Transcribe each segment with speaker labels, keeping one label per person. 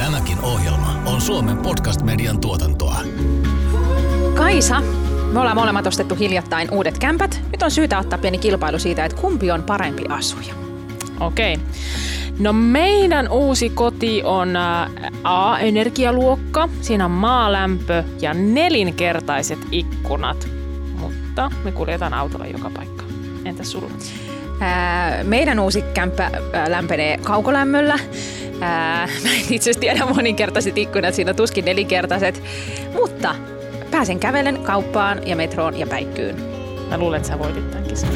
Speaker 1: Tämäkin ohjelma on Suomen podcast-median tuotantoa.
Speaker 2: Kaisa, me ollaan molemmat ostettu hiljattain uudet kämpät. Nyt on syytä ottaa pieni kilpailu siitä, että kumpi on parempi asuja.
Speaker 3: Okei. No meidän uusi koti on A-energialuokka. Siinä on maalämpö ja 4-kertaiset ikkunat. Mutta me kuljetaan autolla joka paikka. Entäs sulla?
Speaker 2: Meidän uusi kämppä lämpenee kaukolämmöllä. Mä en itse asiassa tiedä moninkertaiset ikkunat, siinä on tuskin 4-kertaiset. Mutta pääsen kävellen kauppaan ja metroon ja päikkyyn.
Speaker 3: Mä luulen, että sä voitit tämän kisan.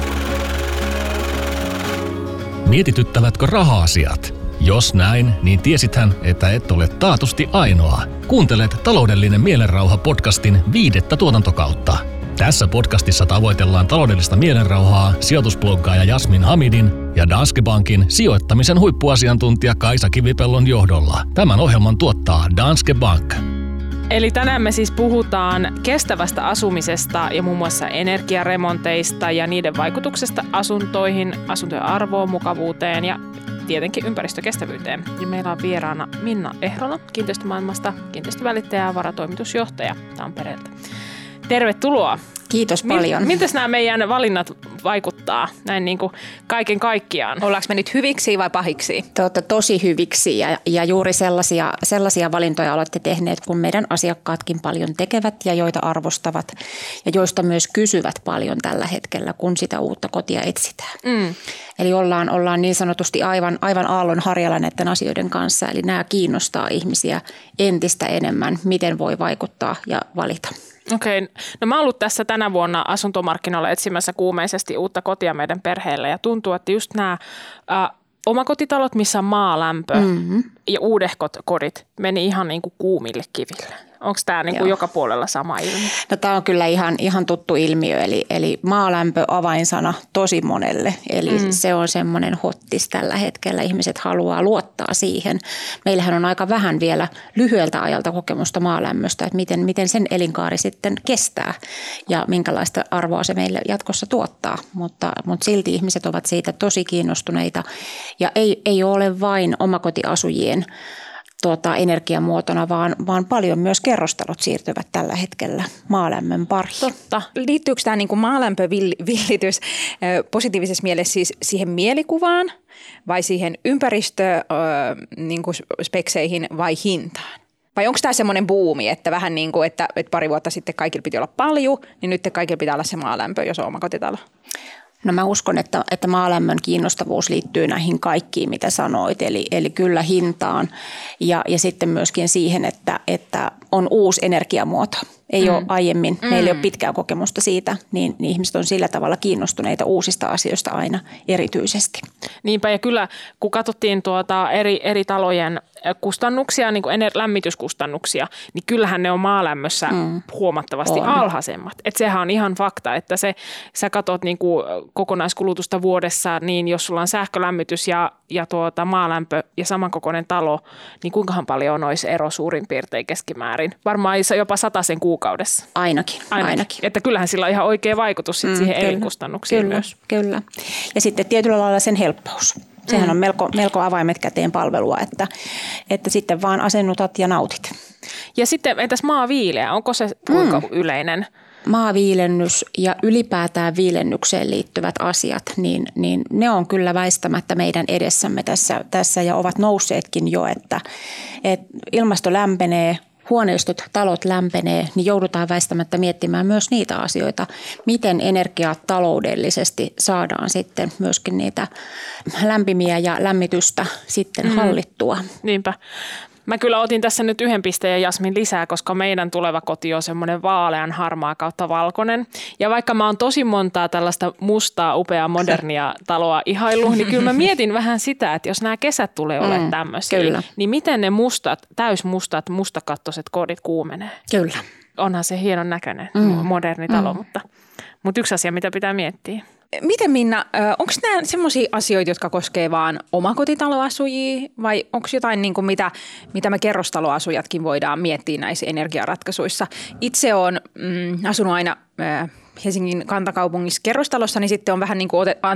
Speaker 1: Mietityttävätkö raha-asiat? Jos näin, niin tiesithän, että et ole taatusti ainoa. Kuuntelet Taloudellinen mielenrauha podcastin 5. tuotantokautta. Tässä podcastissa tavoitellaan taloudellista mielenrauhaa sijoitusbloggaaja Jasmin Hamidin ja Danske Bankin sijoittamisen huippuasiantuntija Kaisa Kivipellon johdolla. Tämän ohjelman tuottaa Danske Bank.
Speaker 3: Eli tänään me siis puhutaan kestävästä asumisesta ja muun muassa energiaremonteista ja niiden vaikutuksesta asuntoihin, asuntojen arvoon, mukavuuteen ja tietenkin ympäristökestävyyteen. Ja meillä on vieraana Minna Ehrola kiinteistömaailmasta, kiinteistövälittäjä ja varatoimitusjohtaja Tampereelta. Tervetuloa.
Speaker 2: Kiitos paljon.
Speaker 3: Mitäs nämä meidän valinnat vaikuttaa näin niin kuin kaiken kaikkiaan?
Speaker 2: Ollaanko me nyt hyviksi vai pahiksi?
Speaker 4: Te olette tosi hyviksi ja juuri sellaisia valintoja olette tehneet, kun meidän asiakkaatkin paljon tekevät ja joita arvostavat ja joista myös kysyvät paljon tällä hetkellä, kun sitä uutta kotia etsitään. Eli ollaan niin sanotusti aivan aallon harjalla näiden asioiden kanssa, eli nämä kiinnostaa ihmisiä entistä enemmän, miten voi vaikuttaa ja valita.
Speaker 3: Okei. No mä oon ollut tässä tänä vuonna asuntomarkkinoilla etsimässä kuumeisesti uutta kotia meidän perheelle ja tuntuu, että just nämä omakotitalot, missä on maalämpö ja uudehkot kodit meni ihan niin kuin kuumille kiville. Onko tämä niin kuin joka puolella sama ilmiö?
Speaker 4: No tämä on kyllä ihan tuttu ilmiö, eli maalämpö avainsana tosi monelle. Eli se on semmoinen hottis tällä hetkellä. Ihmiset haluaa luottaa siihen. Meillähän on aika vähän vielä lyhyeltä ajalta kokemusta maalämmöstä, että miten sen elinkaari sitten kestää ja minkälaista arvoa se meille jatkossa tuottaa. Mutta silti ihmiset ovat siitä tosi kiinnostuneita ja ei ole vain omakotiasujien energiamuotona, vaan paljon myös kerrostalot siirtyvät tällä hetkellä maalämmön pariin.
Speaker 2: Totta. Liittyykö tämä niin kuin maalämpövillitys positiivisessa mielessä siis siihen mielikuvaan vai siihen ympäristöspekseihin vai hintaan? Vai onko tämä semmoinen buumi, että vähän niin kuin, että pari vuotta sitten kaikilla piti olla paljon, niin nyt kaikilla pitää olla se maalämpö, jos on omakotitalo?
Speaker 4: No mä uskon, että maalämmön kiinnostavuus liittyy näihin kaikkiin, mitä sanoit, eli kyllä hintaan ja sitten myöskin siihen, että on uusi energiamuoto. Ei ole aiemmin, meillä ei ole pitkää kokemusta siitä, niin ihmiset on sillä tavalla kiinnostuneita uusista asioista aina erityisesti.
Speaker 3: Niinpä ja kyllä, kun katsottiin eri talojen kustannuksia, niin kuin lämmityskustannuksia, niin kyllähän ne on maalämmössä huomattavasti alhaisemmat. Että sehän on ihan fakta, että sä katsot niin kuin kokonaiskulutusta vuodessa, niin jos sulla on sähkölämmitys ja maalämpö ja samankokoinen talo, niin kuinkahan paljon olisi ero suurin piirtein keskimäärin? Varmaan jopa 100 kuukaudessa.
Speaker 4: Ainakin.
Speaker 3: Että kyllähän sillä on ihan oikea vaikutus siihen elinkustannuksiin myös.
Speaker 4: Kyllä. Ja sitten tietyllä lailla sen helppous. Sehän on melko avaimet käteen palvelua, että sitten vaan asennutat ja nautit.
Speaker 3: Ja sitten entäs maaviileä, onko se kuinka yleinen?
Speaker 4: Maaviilennys ja ylipäätään viilennykseen liittyvät asiat, niin ne on kyllä väistämättä meidän edessämme tässä ja ovat nousseetkin jo, että ilmasto lämpenee, huoneistot, talot lämpenee, niin joudutaan väistämättä miettimään myös niitä asioita, miten energiaa taloudellisesti saadaan sitten myöskin niitä lämpimiä ja lämmitystä sitten hallittua.
Speaker 3: Niinpä. Mä kyllä otin tässä nyt 1 pisteen Jasmin lisää, koska meidän tuleva koti on semmoinen vaalean harmaa kautta valkoinen. Ja vaikka mä oon tosi montaa tällaista mustaa, upeaa, modernia taloa ihaillut, niin kyllä mä mietin vähän sitä, että jos nämä kesät tulee olemaan tämmöisiä, niin miten ne täysmustat, mustakattoiset kodit kuumenee?
Speaker 4: Kyllä.
Speaker 3: Onhan se hienon näköinen moderni talo, mutta yksi asia, mitä pitää miettiä.
Speaker 2: Miten Minna, onko nämä semmoisia asioita, jotka koskee vaan omakotitaloasujia vai onko jotain, niin kuin mitä me kerrostaloasujatkin voidaan miettiä näissä energiaratkaisuissa? Itse olen asunut aina Helsingin kantakaupungissa kerrostalossa, niin sitten on vähän niin kuin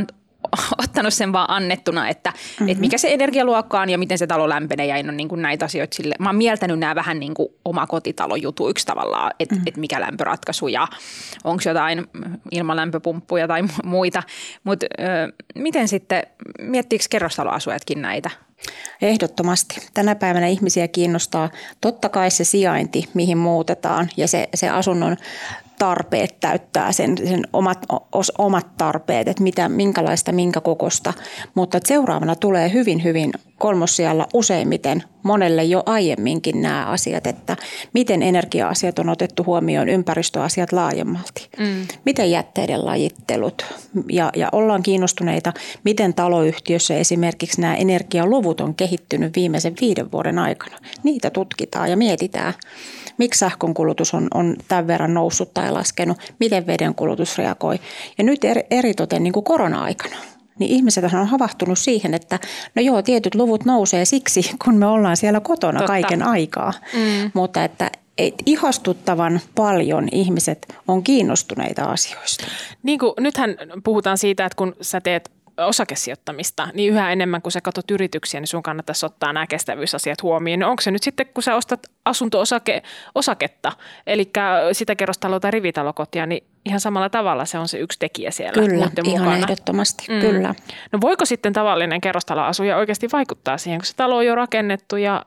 Speaker 2: ottanut sen vaan annettuna, että et mikä se energialuokka on ja miten se talo lämpenee ja en ole niin kuin näitä asioita sille. Mä oon mieltänyt nämä vähän niin kuin omakotitalojutuiksi tavallaan, että et mikä lämpöratkaisu ja onko jotain ilmalämpöpumppuja tai muita. Mutta miten sitten, miettiikö kerrostaloasujatkin näitä?
Speaker 4: Ehdottomasti. Tänä päivänä ihmisiä kiinnostaa totta kai se sijainti, mihin muutetaan ja se asunnon tarpeet täyttää sen omat tarpeet, että minkälaista, minkä kokosta. Mutta seuraavana tulee hyvin kolmossijalla useimmiten monelle jo aiemminkin nämä asiat, että miten energia-asiat on otettu huomioon, ympäristöasiat laajemmalti. Miten jätteiden lajittelut ja ollaan kiinnostuneita, miten taloyhtiössä esimerkiksi nämä energialuvut on kehittynyt viimeisen 5 vuoden aikana. Niitä tutkitaan ja mietitään. Miksi sähkönkulutus on tämän verran noussut tai laskenut, miten vedenkulutus reagoi. Ja nyt eritoten niin kuin korona-aikana, niin ihmiset on havahtunut siihen, että no joo, tietyt luvut nousee siksi, kun me ollaan siellä kotona kaiken aikaa. Mutta että ihastuttavan paljon ihmiset on kiinnostuneita asioista.
Speaker 3: Niin kuin, nythän puhutaan siitä, että kun sä teet osakesijoittamista, niin yhä enemmän kun sä katsot yrityksiä, niin sun kannattaisi ottaa nämä kestävyysasiat huomioon. Onko se nyt sitten, kun sä ostat asunto-osaketta, eli sitä kerrostalo- tai rivitalokotia, niin ihan samalla tavalla se on se yksi tekijä siellä.
Speaker 4: Kyllä, ihan mukana. Ehdottomasti, kyllä.
Speaker 3: No voiko sitten tavallinen kerrostaloasuja oikeasti vaikuttaa siihen, kun se talo on jo rakennettu ja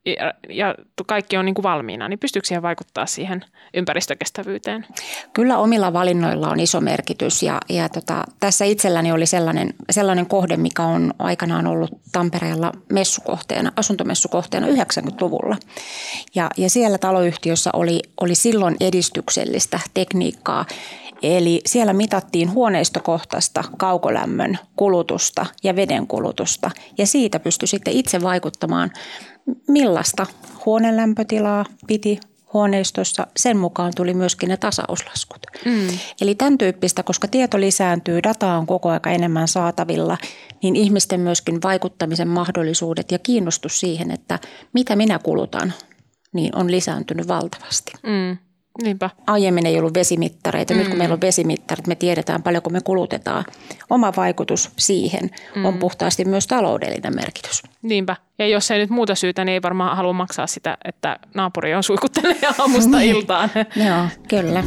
Speaker 3: kaikki on niin kuin valmiina, niin pystyykö siihen vaikuttaa siihen ympäristökestävyyteen? Kyllä
Speaker 4: omilla valinnoilla on iso merkitys ja tässä itselläni oli sellainen kohde, mikä on aikanaan ollut Tampereella asuntomessukohteena 90-luvulla. Ja siellä taloyhtiössä oli silloin edistyksellistä tekniikkaa. Eli siellä mitattiin huoneistokohtaista kaukolämmön kulutusta ja veden kulutusta ja siitä pystyi sitten itse vaikuttamaan, millaista huoneenlämpötilaa piti huoneistossa. Sen mukaan tuli myöskin ne tasauslaskut. Eli tämän tyyppistä, koska tieto lisääntyy, dataa on koko ajan enemmän saatavilla, niin ihmisten myöskin vaikuttamisen mahdollisuudet ja kiinnostus siihen, että mitä minä kulutan, niin on lisääntynyt valtavasti.
Speaker 3: Niinpä.
Speaker 4: Aiemmin ei ollut vesimittareita. Nyt kun meillä on vesimittarit, me tiedetään paljonko me kulutetaan. Oma vaikutus siihen on puhtaasti myös taloudellinen merkitys.
Speaker 3: Niinpä. Ja jos ei nyt muuta syytä, niin ei varmaan halua maksaa sitä, että naapuri on suikuttelee aamusta iltaan.
Speaker 4: Joo, kyllä.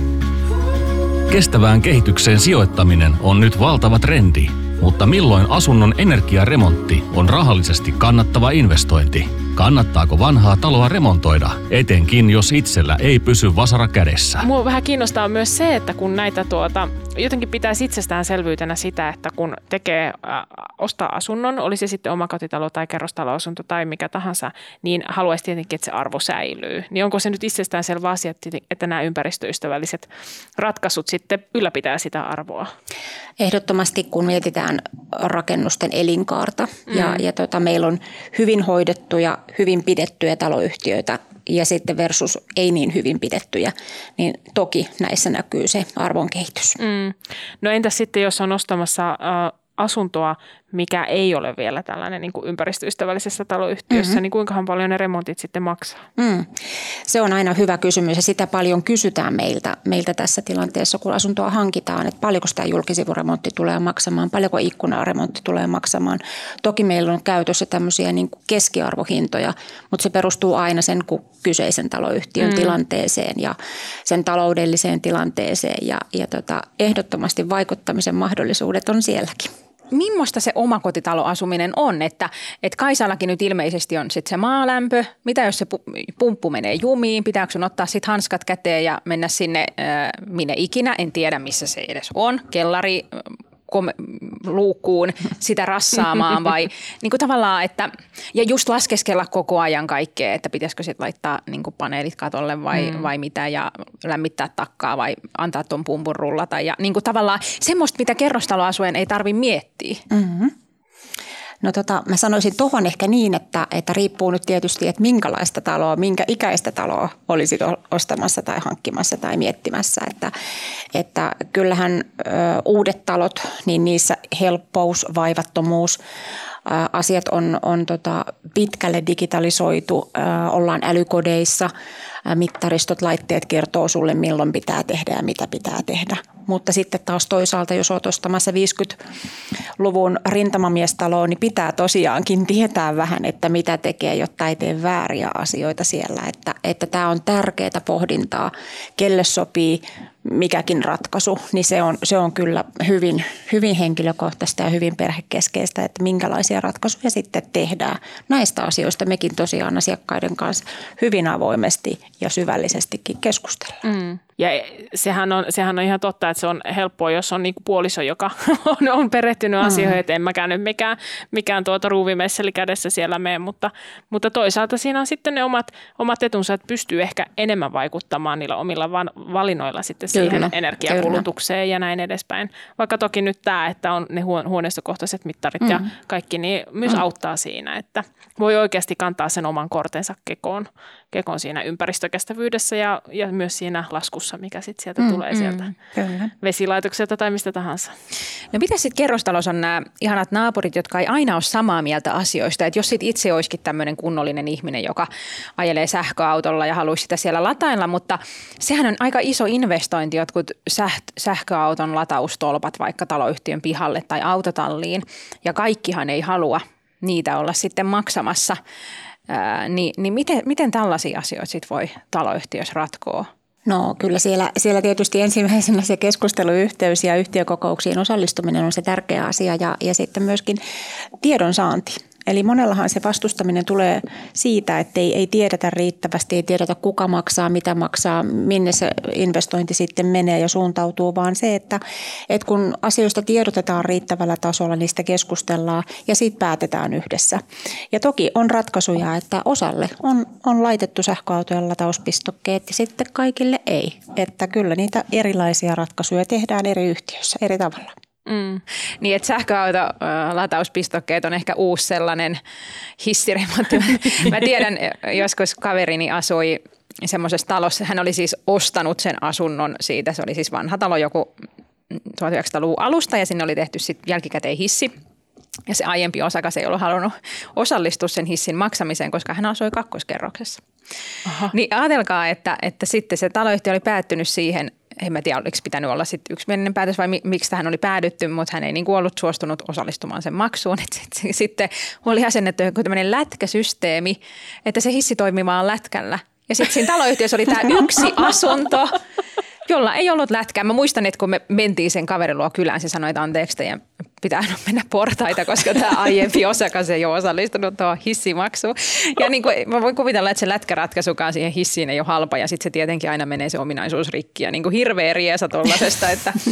Speaker 1: Kestävään kehitykseen sijoittaminen on nyt valtava trendi. Mutta milloin asunnon energiaremontti on rahallisesti kannattava investointi? Kannattaako vanhaa taloa remontoida, etenkin jos itsellä ei pysy vasara kädessä?
Speaker 3: Mua vähän kiinnostaa myös se, että kun näitä jotenkin pitäisi itsestäänselvyytenä sitä, että kun ostaa asunnon, oli se sitten omakotitalo tai kerrostaloasunto tai mikä tahansa, niin haluaisi tietenkin, että se arvo säilyy. Niin onko se nyt itsestäänselvä asia, että nämä ympäristöystävälliset ratkaisut sitten ylläpitää sitä arvoa?
Speaker 4: Ehdottomasti, kun mietitään rakennusten elinkaarta ja meillä on hyvin hoidettuja, hyvin pidettyjä taloyhtiöitä ja sitten versus ei niin hyvin pidettyjä, niin toki näissä näkyy se arvon kehitys.
Speaker 3: No entäs sitten, jos on ostamassa asuntoa, mikä ei ole vielä tällainen niin kuin ympäristöystävällisessä taloyhtiössä, niin kuinkahan paljon ne remontit sitten maksaa?
Speaker 4: Se on aina hyvä kysymys ja sitä paljon kysytään meiltä tässä tilanteessa, kun asuntoa hankitaan, että paljonko sitä julkisivuremontti tulee maksamaan, paljonko ikkunaremontti tulee maksamaan. Toki meillä on käytössä tämmöisiä niin kuin keskiarvohintoja, mutta se perustuu aina sen kyseisen taloyhtiön tilanteeseen ja sen taloudelliseen tilanteeseen ja ehdottomasti vaikuttamisen mahdollisuudet on sielläkin.
Speaker 2: Millaista se omakotitaloasuminen on, että Kaisallakin nyt ilmeisesti on sitten se maalämpö, mitä jos se pumppu menee jumiin, pitääkö sun ottaa sitten hanskat käteen ja mennä sinne minne ikinä, en tiedä missä se edes on, kellari luukkuun sitä rassaamaan vai niin kuin tavallaan, että ja just laskeskella koko ajan kaikkea, että pitäisikö sitten laittaa niin kuin paneelit katolle vai mitä ja lämmittää takkaa vai antaa tuon pumpun rullata ja niin kuin tavallaan semmoista, mitä kerrostaloasujen ei tarvitse miettiä.
Speaker 4: No mä sanoisin tuohon ehkä niin, että riippuu nyt tietysti, että minkälaista taloa, minkä ikäistä taloa olisit ostamassa tai hankkimassa tai miettimässä. Että kyllähän uudet talot, niin niissä helppous, vaivattomuus Asiat on pitkälle digitalisoitu, ollaan älykodeissa, mittaristot, laitteet kertoo sulle milloin pitää tehdä ja mitä pitää tehdä. Mutta sitten taas toisaalta, jos olet ostamassa 50-luvun rintamamiestaloa, niin pitää tosiaankin tietää vähän, että mitä tekee, jotta ei tee vääriä asioita siellä. Että tämä on tärkeää pohdintaa, kelle sopii mikäkin ratkaisu, niin se on kyllä hyvin henkilökohtaista ja hyvin perhekeskeistä, että minkälaisia ratkaisuja sitten tehdään. Näistä asioista mekin tosiaan asiakkaiden kanssa hyvin avoimesti ja syvällisestikin keskustellaan.
Speaker 3: Ja sehän on ihan totta, että se on helppoa, jos on niinku puoliso, joka on perehtynyt asioihin, että en mäkään nyt mikään ruuvimesseli kädessä siellä mene, mutta toisaalta siinä on sitten ne omat etunsa, että pystyy ehkä enemmän vaikuttamaan niillä omilla valinnoilla sitten siihen energiakulutukseen ja näin edespäin. Vaikka toki nyt tämä, että on ne huoneistokohtaiset mittarit ja kaikki, niin myös auttaa siinä, että voi oikeasti kantaa sen oman kortensa kekoon siinä ympäristökestävyydessä ja myös siinä laskussa, mikä sitten sieltä tulee sieltä vesilaitokselta tai mistä tahansa.
Speaker 2: No mitä sitten kerrostalossa on nämä ihanat naapurit, jotka ei aina ole samaa mieltä asioista? Että jos sit itse olisikin tämmöinen kunnollinen ihminen, joka ajelee sähköautolla ja haluaisi sitä siellä latailla, mutta sehän on aika iso investointi, jotkut sähköauton lataustolpat vaikka taloyhtiön pihalle tai autotalliin, ja kaikkihan ei halua niitä olla sitten maksamassa. Niin miten tällaisia asioita sit voi taloyhtiössä ratkoa?
Speaker 4: No kyllä siellä tietysti ensimmäisenä se keskusteluyhteys ja yhtiökokouksiin osallistuminen on se tärkeä asia ja sitten myöskin tiedonsaanti. Eli monellahan se vastustaminen tulee siitä, että ei tiedetä riittävästi, ei tiedetä kuka maksaa, mitä maksaa, minne se investointi sitten menee ja suuntautuu, vaan se, että kun asioista tiedotetaan riittävällä tasolla, niistä keskustellaan ja siitä päätetään yhdessä. Ja toki on ratkaisuja, että osalle on laitettu sähköautojen latauspistokkeet ja sitten kaikille ei. Että kyllä niitä erilaisia ratkaisuja tehdään eri yhtiöissä eri tavalla.
Speaker 2: Niin, että sähköautolatauspistokkeet on ehkä uusi sellainen hissiremontti. Mä tiedän, joskus kaverini asui semmoisessa talossa. Hän oli siis ostanut sen asunnon siitä. Se oli siis vanha talo joku 1900-luvun alusta ja sinne oli tehty sitten jälkikäteen hissi. Ja se aiempi osakas ei ollut halunnut osallistua sen hissin maksamiseen, koska hän asui kakkoskerroksessa. Aha. Niin ajatelkaa, että sitten se taloyhtiö oli päättynyt siihen. En mä tiedä, oliko pitänyt olla sitten yksimielinen päätös vai miksi tähän oli päädytty, mutta hän ei niin kuin ollut suostunut osallistumaan sen maksuun. Sitten oli asennettu joku tämmöinen lätkäsysteemi, että se hissi toimi vaan lätkällä. Ja sitten siinä taloyhtiössä oli tämä yksi asunto, jolla ei ollut lätkää. Mä muistan, että kun me mentiin sen kaverin luo kylään, se sanoi, että anteeksi, teidän pitää mennä portaita, koska tämä aiempi osakas ei ole osallistunut tuohon hissimaksuun. Ja niin kuin, mä voin kuvitella, että se lätkäratkaisukaan siihen hissiin ei ole halpa ja sitten se tietenkin aina menee se ominaisuus rikki ja niin kuin hirveä riesa tollasesta,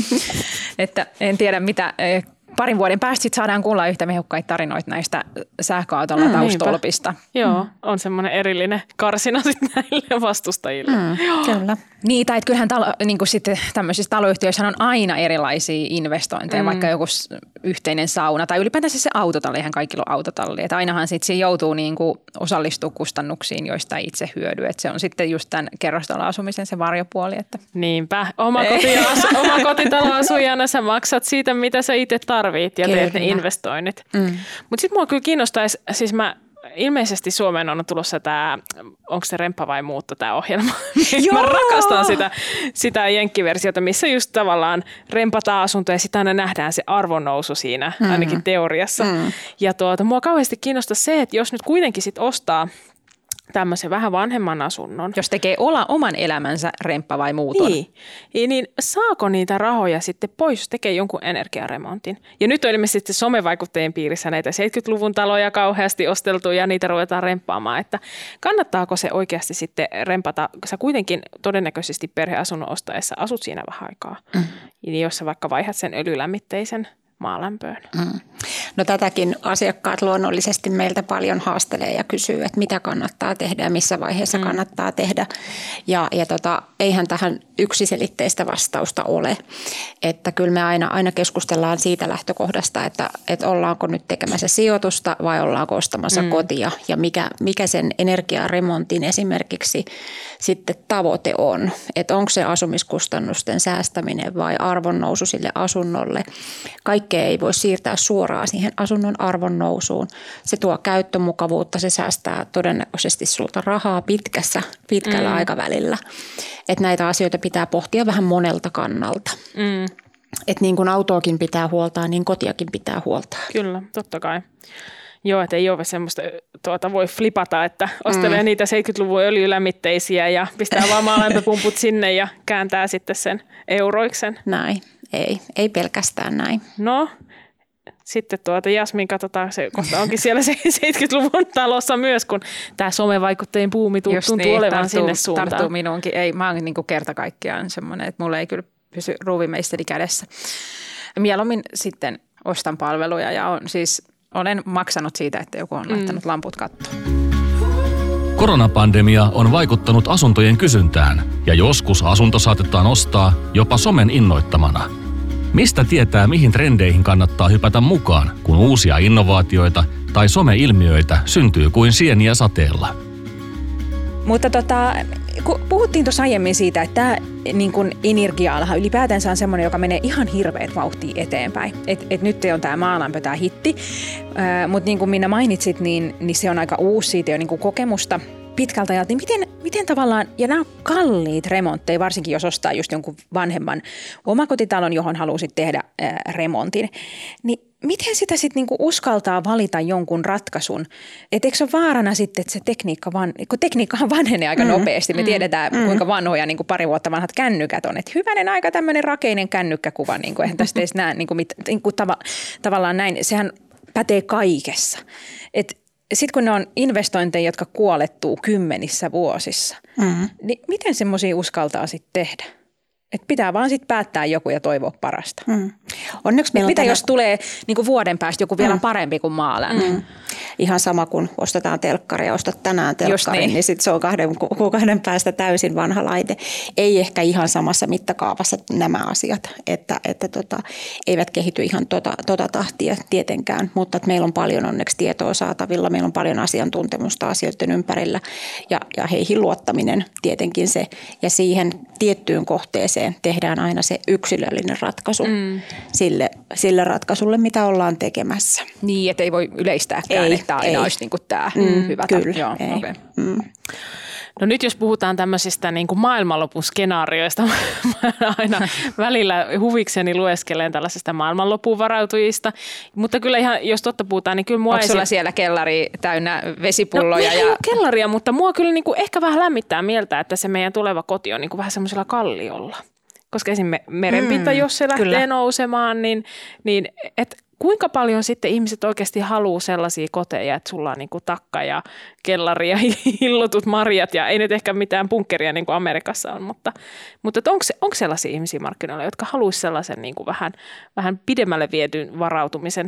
Speaker 2: että en tiedä mitä. Parin vuoden päästä sit saadaan kuulla yhtä mehukkaita tarinoita näistä sähköauton lataustolpista.
Speaker 3: Joo, on semmoinen erillinen karsina sitten näille vastustajille.
Speaker 4: Kyllä.
Speaker 2: Niin, tai kyllähän niin sitten tämmöisissä taloyhtiöissä on aina erilaisia investointeja, vaikka joku yhteinen sauna tai ylipäätänsä se autotalli, eihän kaikilla ole autotalli. Että ainahan sitten siinä joutuu niin kuin osallistumaan kustannuksiin, joista ei itse hyödy. Että se on sitten just tämän kerrostaloasumisen se varjopuoli. Että.
Speaker 3: Niinpä, oma kotitaloasujana sä maksat siitä, mitä sä itse tarvit ja teet ne investoinnit. Mutta sitten mua kyllä kiinnostaisi, siis ilmeisesti Suomeen on tulossa tämä, onko se Remppa vai muutto tämä ohjelma? Mä rakastan sitä jenkkiversiota, missä just tavallaan rempataan asuntoja ja sitten aina nähdään se arvonnousu siinä, ainakin teoriassa. Ja mua kauheasti kiinnostaa se, että jos nyt kuitenkin sit ostaa tämmöisen vähän vanhemman asunnon.
Speaker 2: Jos tekee oman elämänsä remppa vai muuton.
Speaker 3: Niin saako niitä rahoja sitten pois, jos tekee jonkun energiaremontin? Ja nyt on ilmeisesti somevaikuttajien piirissä näitä 70-luvun taloja kauheasti osteltu ja niitä ruvetaan remppaamaan. Että kannattaako se oikeasti sitten rempata? Sä kuitenkin todennäköisesti perheasunnon ostaessa asut siinä vähän aikaa. Jos sä vaikka vaihdat sen öljylämmitteisen maalämpöön.
Speaker 4: No tätäkin asiakkaat luonnollisesti meiltä paljon haastelee ja kysyy, että mitä kannattaa tehdä ja missä vaiheessa kannattaa tehdä. Ja eihän tähän yksiselitteistä vastausta ole. Että kyllä me aina keskustellaan siitä lähtökohdasta, että ollaanko nyt tekemässä sijoitusta vai ollaanko ostamassa kotia ja mikä sen energiaremontin esimerkiksi sitten tavoite on. Että onko se asumiskustannusten säästäminen vai arvonnousu sille asunnolle. Kaikki kaikkea ei voi siirtää suoraan siihen asunnon arvon nousuun. Se tuo käyttömukavuutta, se säästää todennäköisesti sulta rahaa pitkällä aikavälillä. Että näitä asioita pitää pohtia vähän monelta kannalta. Että niin kuin autoakin pitää huoltaa, niin kotiakin pitää huoltaa.
Speaker 3: Kyllä, totta kai. Joo, että ei ole semmoista, voi flipata, että ostelee niitä 70-luvun öljylämmitteisiä ja pistää vaan maalämpöpumput sinne ja kääntää sitten sen euroiksen.
Speaker 4: Näin, ei pelkästään näin.
Speaker 3: No, sitten Jasmin, katsotaan, se kohta onkin siellä 70-luvun talossa myös, kun tämä somevaikutteen buumi tuntuu olevan sinne suuntaan.
Speaker 2: Tarttuu minuunkin. Ei, mä oon niin kuin kerta kaikkiaan semmoinen, että mulla ei kyllä pysy ruuvimeisteri kädessä. Mieluummin sitten ostan palveluja ja olen maksanut siitä, että joku on laittanut lamput kattoon.
Speaker 1: Koronapandemia on vaikuttanut asuntojen kysyntään ja joskus asunto saatetaan ostaa jopa somen innoittamana. Mistä tietää, mihin trendeihin kannattaa hypätä mukaan, kun uusia innovaatioita tai some-ilmiöitä syntyy kuin sieniä sateella?
Speaker 2: Mutta puhuttiin tuossa aiemmin siitä, että tämä niin kuin energia-alahan ylipäätänsä on semmoinen, joka menee ihan hirveät vauhtia eteenpäin. Et nyt on tämä maalämpö, tämä hitti, mutta niin kuin Minna mainitsit, niin se on aika uusi, siitä jo niin kuin kokemusta pitkältä ajalta. Niin miten tavallaan, ja nämä on kalliit remontteja, varsinkin jos ostaa just jonkun vanhemman omakotitalon, johon halusit tehdä remontin, niin miten sitä sitten niinku uskaltaa valita jonkun ratkaisun? Et eikö se ole vaarana sitten, että se kun tekniikkahan vanhenee aika nopeasti. Me tiedetään, kuinka vanhoja niinku pari vuotta vanhat kännykät on. Että hyvänen aika tämmöinen rakeinen kännykkäkuva, niinku, eihän tästä edes näe tavallaan näin. Sehän pätee kaikessa. Sitten kun ne on investointeja, jotka kuolettuu kymmenissä vuosissa, niin miten semmoisia uskaltaa sitten tehdä? Että pitää vaan sitten päättää joku ja toivoa parasta.
Speaker 4: Onneksi meillä
Speaker 2: mitä jos tulee niinku vuoden päästä joku vielä parempi kuin maalämpö?
Speaker 4: Ihan sama kuin ostetaan telkkari ja ostat tänään telkkarin, niin sitten se on 2 kuukauden päästä täysin vanha laite. Ei ehkä ihan samassa mittakaavassa nämä asiat, että eivät kehity ihan tota tahtia tietenkään, mutta että meillä on paljon onneksi tietoa saatavilla, meillä on paljon asiantuntemusta asioiden ympärillä ja heihin luottaminen tietenkin se ja siihen tiettyyn kohteeseen tehdään aina se yksilöllinen ratkaisu sille ratkaisulle, mitä ollaan tekemässä.
Speaker 2: Niin, että ei voi yleistääkään, että aina olisi niin kuin tämä hyvä.
Speaker 4: Kyllä,
Speaker 2: joo,
Speaker 4: ei.
Speaker 2: Okay.
Speaker 3: No nyt jos puhutaan tämmöisistä niin kuin maailmanlopun skenaarioista, aina välillä huvikseni lueskelen tällaisesta maailmanlopun varautujista, mutta kyllä ihan, jos totta puhutaan, niin kyllä mua
Speaker 2: onko sulla siellä kellari täynnä vesipulloja?
Speaker 3: No, ei ole kellaria, mutta mua kyllä niin kuin ehkä vähän lämmittää mieltä, että se meidän tuleva koti on niin kuin vähän semmoisella kalliolla. Koska esimerkiksi merenpinta, jos se lähtee nousemaan, niin että kuinka paljon sitten ihmiset oikeasti haluaa sellaisia koteja, että sulla on niin kuin takka ja kellari ja hillotut marjat ja ei nyt ehkä mitään bunkkeria niin kuin Amerikassa on, mutta onko sellaisia ihmisiä markkinoilla, jotka haluaisi sellaisen niin kuin vähän pidemmälle vietyn varautumisen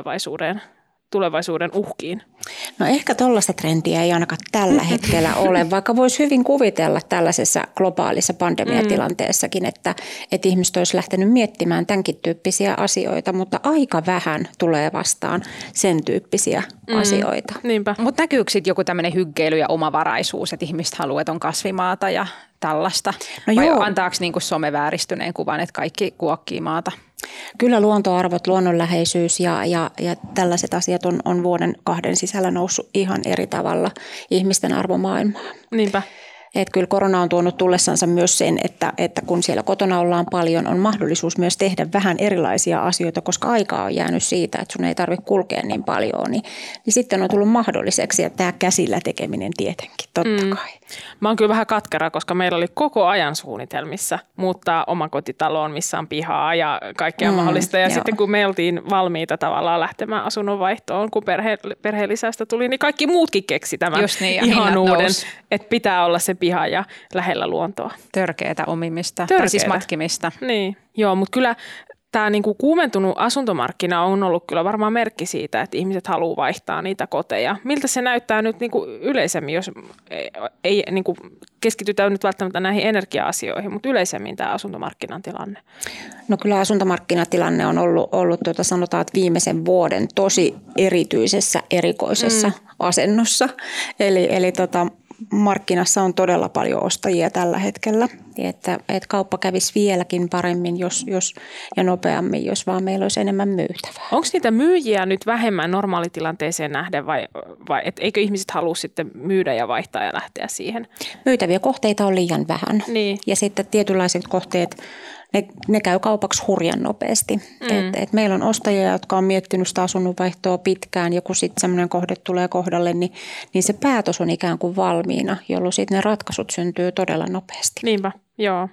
Speaker 3: tulevaisuuden uhkiin?
Speaker 4: No ehkä tuollaista trendiä ei ainakaan tällä hetkellä ole, vaikka voisi hyvin kuvitella tällaisessa globaalissa pandemiatilanteessakin, että ihmiset olisi lähtenyt miettimään tämänkin tyyppisiä asioita, mutta aika vähän tulee vastaan sen tyyppisiä asioita.
Speaker 3: Niinpä.
Speaker 2: Mutta näkyykö sitten joku tämmöinen hyggeily ja omavaraisuus, että ihmiset haluaa, että on kasvimaata ja tällaista?
Speaker 4: No
Speaker 2: vai
Speaker 4: joo.
Speaker 2: antaako niinku some vääristyneen kuvan, että kaikki kuokkii maata?
Speaker 4: Kyllä luontoarvot, luonnonläheisyys ja tällaiset asiat on vuoden 2 sisällä noussut ihan eri tavalla ihmisten arvomaailmaan.
Speaker 3: Niinpä.
Speaker 4: Että kyllä korona on tuonut tullessansa myös sen, että kun siellä kotona ollaan paljon, on mahdollisuus myös tehdä vähän erilaisia asioita, koska aikaa on jäänyt siitä, että sun ei tarvitse kulkea niin paljon, niin sitten on tullut mahdolliseksi ja tämä käsillä tekeminen tietenkin, totta kai.
Speaker 3: Mä oon kyllä vähän katkera, koska meillä oli koko ajan suunnitelmissa muuttaa omakotitaloon, missä on pihaa ja kaikkea mahdollista. Ja sitten kun me oltiin valmiita tavallaan lähtemään asunnonvaihtoon, kun perheenlisäystä tuli, niin kaikki muutkin keksi tämän ihan uuden, että pitää olla se piha ja lähellä luontoa.
Speaker 2: Törkeätä omimista, tai siis matkimista.
Speaker 3: Niin, joo, mutta kyllä tämä niinku kuumentunut asuntomarkkina on ollut kyllä varmaan merkki siitä, että ihmiset haluaa vaihtaa niitä koteja. Miltä se näyttää nyt niinku yleisemmin, jos ei niinku keskitytään nyt välttämättä näihin energia-asioihin, mutta yleisemmin tämä asuntomarkkinan tilanne?
Speaker 4: No kyllä asuntomarkkinatilanne on ollut sanotaan, että viimeisen vuoden tosi erityisessä, erikoisessa asennossa. Eli markkinassa on todella paljon ostajia tällä hetkellä, että kauppa kävisi vieläkin paremmin ja nopeammin, jos vaan meillä olisi enemmän myytävää.
Speaker 3: Onko niitä myyjiä nyt vähemmän normaalitilanteeseen nähden vai eikö ihmiset halua sitten myydä ja vaihtaa ja lähteä siihen?
Speaker 4: Myytäviä kohteita on liian vähän ja sitten tietynlaiset kohteet, ne käy kaupaksi hurjan nopeasti. Et meillä on ostajia, jotka on miettinyt sitä asunnonvaihtoa pitkään ja kun sitten semmoinen kohde tulee kohdalle, niin se päätös on ikään kuin valmiina, jolloin sitten ne ratkaisut syntyy todella nopeasti.
Speaker 3: Niinpä, joo.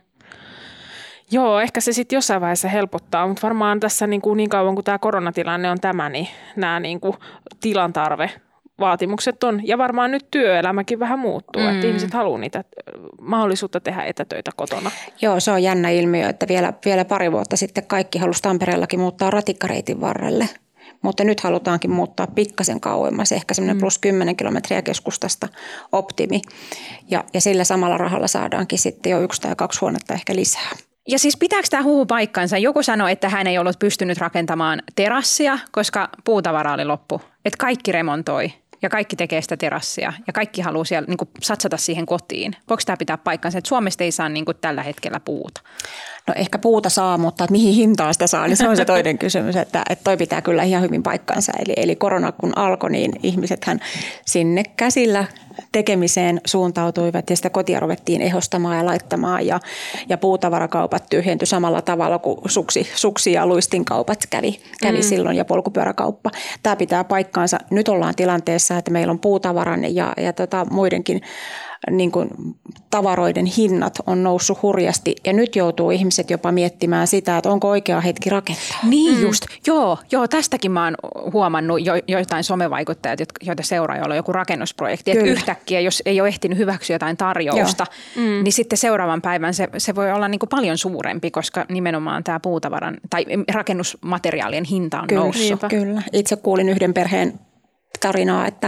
Speaker 3: Joo, ehkä se sitten jossain vaiheessa helpottaa, mutta varmaan tässä niin kauan kuin tämä koronatilanne on tämä, niin nämä tilan tarve vaatimukset on, ja varmaan nyt työelämäkin vähän muuttuu, että ihmiset haluaa niitä mahdollisuutta tehdä etätöitä kotona.
Speaker 4: Joo, se on jännä ilmiö, että vielä pari vuotta sitten kaikki halusi Tampereellakin muuttaa ratikkareitin varrelle, mutta nyt halutaankin muuttaa pikkasen kauemmas, ehkä semmoinen plus 10 kilometriä keskustasta optimi, ja sillä samalla rahalla saadaankin sitten jo 1 tai 2 huonetta ehkä lisää.
Speaker 2: Ja siis pitääkö tämä huhu paikkansa? Joku sanoi, että hän ei ollut pystynyt rakentamaan terassia, koska puutavara oli loppu. Että kaikki remontoi ja kaikki tekee sitä terassia ja kaikki haluaa siellä satsata siihen kotiin. Voiko tämä pitää paikkansa, että Suomesta ei saa tällä hetkellä puuta?
Speaker 4: No ehkä puuta saa, mutta mihin hintaan sitä saa, niin se on se toinen kysymys, että toi pitää kyllä ihan hyvin paikkansa. Eli korona kun alkoi, niin ihmisethän sinne käsillä tekemiseen suuntautuivat ja sitä kotia ruvettiin ehostamaan ja laittamaan ja puutavarakaupat tyhjentyi samalla tavalla kuin suksi- ja luistinkaupat kävi silloin ja polkupyöräkauppa. Tämä pitää paikkaansa. Nyt ollaan tilanteessa, että meillä on puutavaran ja muidenkin niin kuin tavaroiden hinnat on noussut hurjasti ja nyt joutuu ihmiset jopa miettimään sitä, että onko oikea hetki rakentaa.
Speaker 2: Niin just, joo, tästäkin mä oon huomannut joitain somevaikuttajat, joita seuraa, joilla on joku rakennusprojekti. Että yhtäkkiä, jos ei ole ehtinyt hyväksyä jotain tarjousta, niin sitten seuraavan päivän se voi olla niin kuin paljon suurempi, koska nimenomaan tämä puutavaran tai rakennusmateriaalien hinta on noussut.
Speaker 4: Kyllä, itse kuulin yhden perheen tarinaa, että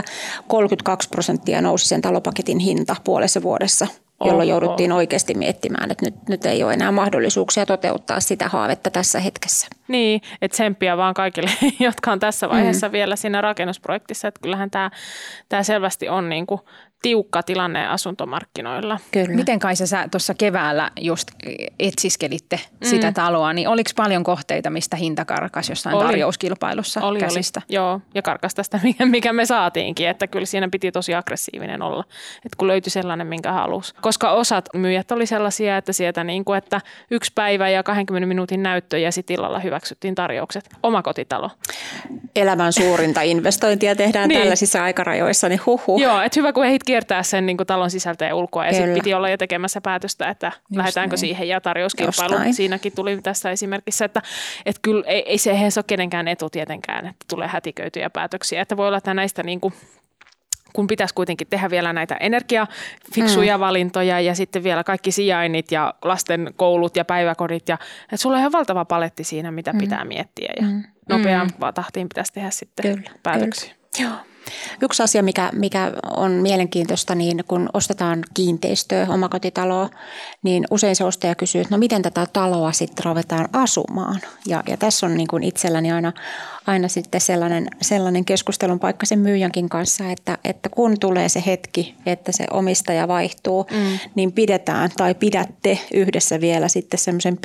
Speaker 4: 32% nousi sen talopaketin hinta puolessa vuodessa, jolloin jouduttiin oikeasti miettimään, että nyt ei ole enää mahdollisuuksia toteuttaa sitä haavetta tässä hetkessä.
Speaker 3: Niin, että tsemppiä vaan kaikille, jotka on tässä vaiheessa vielä siinä rakennusprojektissa, että kyllähän tämä selvästi on niin kuin tiukka tilanne asuntomarkkinoilla.
Speaker 4: Kyllä.
Speaker 2: Miten Kaisa sä tuossa keväällä just etsiskelitte sitä taloa, niin oliko paljon kohteita, mistä hinta karkasi jossain tarjouskilpailussa käsistä?
Speaker 3: Joo, ja karkasi tästä, mikä me saatiinkin, että kyllä siinä piti tosi aggressiivinen olla, että kun löytyi sellainen, minkä halusi. Koska osat myyjät oli sellaisia, että sieltä niin kuin, että 1 päivä ja 20 minuutin näyttö ja sitten illalla hyväksyttiin tarjoukset. Omakotitalo.
Speaker 4: Elämän suurinta investointia tehdään tällaisissa aikarajoissa, niin huhhuh.
Speaker 3: Joo, että hyvä kun ehdit kiertää sen niin kuin talon sisältä ja ulkoa ja sitten piti olla jo tekemässä päätöstä, että lähdetäänkö siihen ja tarjouskilpailu. Siinäkin tuli tässä esimerkissä, että kyllä ei se ole kenenkään etu tietenkään, että tulee hätiköityjä päätöksiä, että voi olla, että näistä niin kuin kun pitäisi kuitenkin tehdä vielä näitä energiafiksuja valintoja ja sitten vielä kaikki sijainnit ja lasten koulut ja päiväkodit. Ja, että sulla on ihan valtava paletti siinä, mitä pitää miettiä ja nopeaan tahtiin pitäisi tehdä sitten päätöksiä.
Speaker 4: Joo. Yksi asia, mikä on mielenkiintoista, niin kun ostetaan kiinteistöä, omakotitaloa, niin usein se ostaja kysyy, että no miten tätä taloa sitten ruvetaan asumaan. Ja tässä on niin kuin itselläni aina sitten sellainen keskustelun paikka sen myyjänkin kanssa, että kun tulee se hetki, että se omistaja vaihtuu, niin pidätte yhdessä vielä sitten semmoisen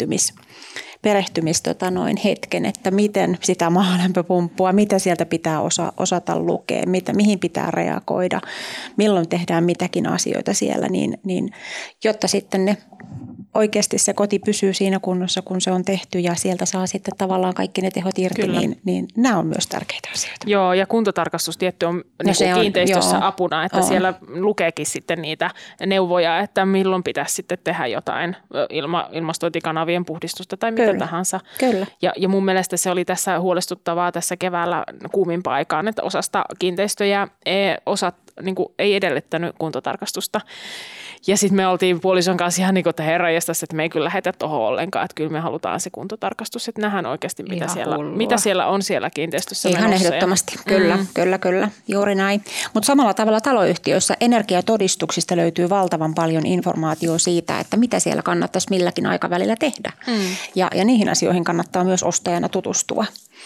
Speaker 4: hetken, että miten sitä maalämpöpumppua, mitä sieltä pitää osata lukea, mihin pitää reagoida, milloin tehdään mitäkin asioita siellä, niin jotta sitten ne oikeasti se koti pysyy siinä kunnossa, kun se on tehty ja sieltä saa sitten tavallaan kaikki ne tehot irti, niin nämä on myös tärkeitä asioita.
Speaker 3: Joo, ja kuntotarkastus tietty on kiinteistössä apuna, että siellä lukeekin sitten niitä neuvoja, että milloin pitäisi sitten tehdä jotain ilmastointikanavien puhdistusta tai mitä tahansa.
Speaker 4: Kyllä.
Speaker 3: Ja mun mielestä se oli tässä huolestuttavaa tässä keväällä kuumimpaan aikaan, että osasta kiinteistöjä niin kuin ei edellyttänyt kuntotarkastusta. Ja sitten me oltiin puolison kanssa ihan niin kuin, että herranjestas, että me ei kyllä lähetä tuohon ollenkaan, että kyllä me halutaan se kuntotarkastus, että nähdään oikeasti, mitä siellä on siellä kiinteistössä
Speaker 4: ihan menossa. Ehdottomasti, kyllä, juuri näin. Mutta samalla tavalla taloyhtiöissä energiatodistuksista löytyy valtavan paljon informaatiota siitä, että mitä siellä kannattaisi milläkin aikavälillä tehdä. Ja niihin asioihin kannattaa myös ostajana tutustua.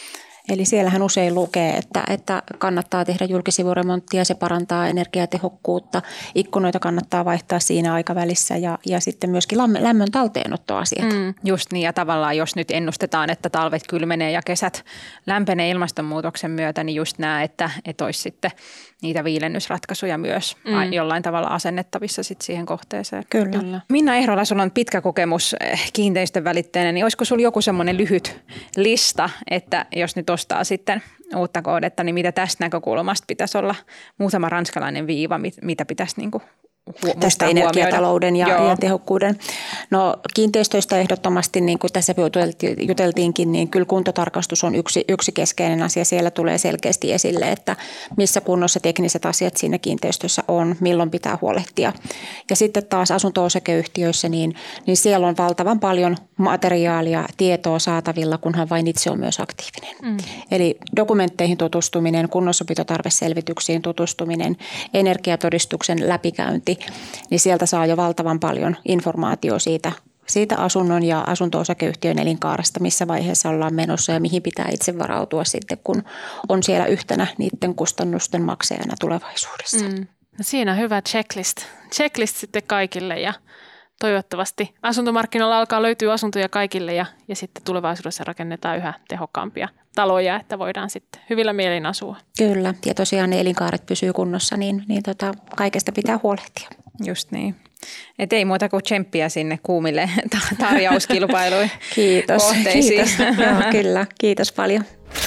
Speaker 4: Eli siellähän usein lukee, että kannattaa tehdä julkisivuremonttia, se parantaa energiatehokkuutta, ikkunoita kannattaa vaihtaa siinä aikavälissä ja sitten myöskin lämmön talteenottoasiat.
Speaker 2: Just niin, ja tavallaan jos nyt ennustetaan, että talvet kylmenee ja kesät lämpenee ilmastonmuutoksen myötä, niin just nämä, että olisi sitten niitä viilennysratkaisuja myös jollain tavalla asennettavissa sit siihen kohteeseen.
Speaker 4: Kyllä.
Speaker 2: Minna Ehrola, sulla on pitkä kokemus kiinteistön välittäjänä, niin olisiko sulla joku semmoinen lyhyt lista, että jos nyt ostaa sitten uutta kohdetta, niin mitä tästä näkökulmasta pitäisi olla muutama ranskalainen viiva, mitä pitäisi niinku
Speaker 4: tästä energiatalouden ja tehokkuuden. No kiinteistöistä ehdottomasti, niin kuin tässä juteltiinkin, niin kyllä kuntotarkastus on yksi keskeinen asia. Siellä tulee selkeästi esille, että missä kunnossa tekniset asiat siinä kiinteistössä on, milloin pitää huolehtia. Ja sitten taas asunto-osakeyhtiöissä, niin siellä on valtavan paljon materiaalia, tietoa saatavilla, kunhan vain itse on myös aktiivinen. Eli dokumentteihin tutustuminen, kunnossapitotarveselvityksiin tutustuminen, energiatodistuksen läpikäynti, niin sieltä saa jo valtavan paljon informaatiota siitä asunnon ja asunto-osakeyhtiön elinkaaresta, missä vaiheessa ollaan menossa ja mihin pitää itse varautua sitten, kun on siellä yhtenä niiden kustannusten maksajana tulevaisuudessa.
Speaker 3: No siinä hyvä checklist sitten kaikille ja toivottavasti asuntomarkkinoilla alkaa löytyä asuntoja kaikille ja sitten tulevaisuudessa rakennetaan yhä tehokkaampia taloja, että voidaan sitten hyvillä mielin asua.
Speaker 4: Kyllä, ja tosiaan ne elinkaaret pysyy kunnossa, niin kaikesta pitää huolehtia.
Speaker 2: Just niin. Et ei muuta kuin tsemppiä sinne kuumille tarjouskilpailuihin.
Speaker 4: Kiitos. Joo, kyllä, kiitos paljon.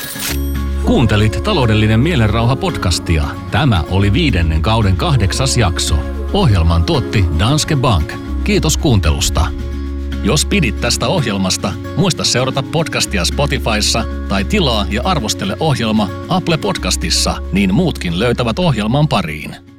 Speaker 1: Kuuntelit Taloudellinen mielenrauha -podcastia. Tämä oli 5. kauden 8. jakso. Ohjelman tuotti Danske Bank. Kiitos kuuntelusta. Jos pidit tästä ohjelmasta, muista seurata podcastia Spotifyssa tai tilaa ja arvostele ohjelma Apple Podcastissa, niin muutkin löytävät ohjelman pariin.